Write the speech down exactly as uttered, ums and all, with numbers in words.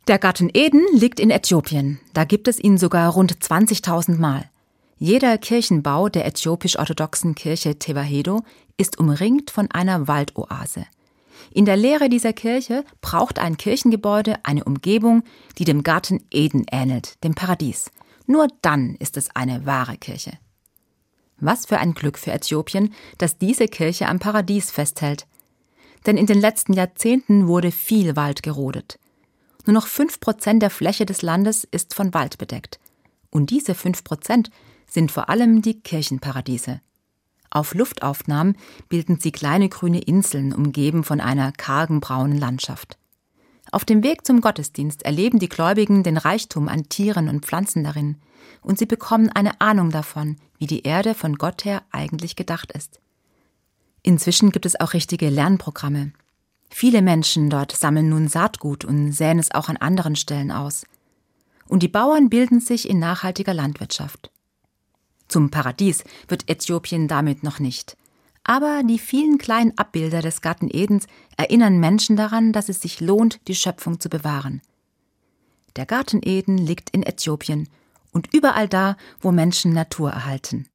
Der Garten Eden liegt in Äthiopien. Da gibt es ihn sogar rund zwanzigtausend Mal. Jeder Kirchenbau der äthiopisch-orthodoxen Kirche Tewahedo ist umringt von einer Waldoase. In der Lehre dieser Kirche braucht ein Kirchengebäude eine Umgebung, die dem Garten Eden ähnelt, dem Paradies. Nur dann ist es eine wahre Kirche. Was für ein Glück für Äthiopien, dass diese Kirche am Paradies festhält. Denn in den letzten Jahrzehnten wurde viel Wald gerodet. Nur noch fünf Prozent der Fläche des Landes ist von Wald bedeckt. Und diese fünf Prozent sind vor allem die Kirchenparadiese. Auf Luftaufnahmen bilden sie kleine grüne Inseln, umgeben von einer kargen braunen Landschaft. Auf dem Weg zum Gottesdienst erleben die Gläubigen den Reichtum an Tieren und Pflanzen darin. Und sie bekommen eine Ahnung davon, wie die Erde von Gott her eigentlich gedacht ist. Inzwischen gibt es auch richtige Lernprogramme. Viele Menschen dort sammeln nun Saatgut und säen es auch an anderen Stellen aus. Und die Bauern bilden sich in nachhaltiger Landwirtschaft. Zum Paradies wird Äthiopien damit noch nicht. Aber die vielen kleinen Abbilder des Garten Edens erinnern Menschen daran, dass es sich lohnt, die Schöpfung zu bewahren. Der Garten Eden liegt in Äthiopien und überall da, wo Menschen Natur erhalten.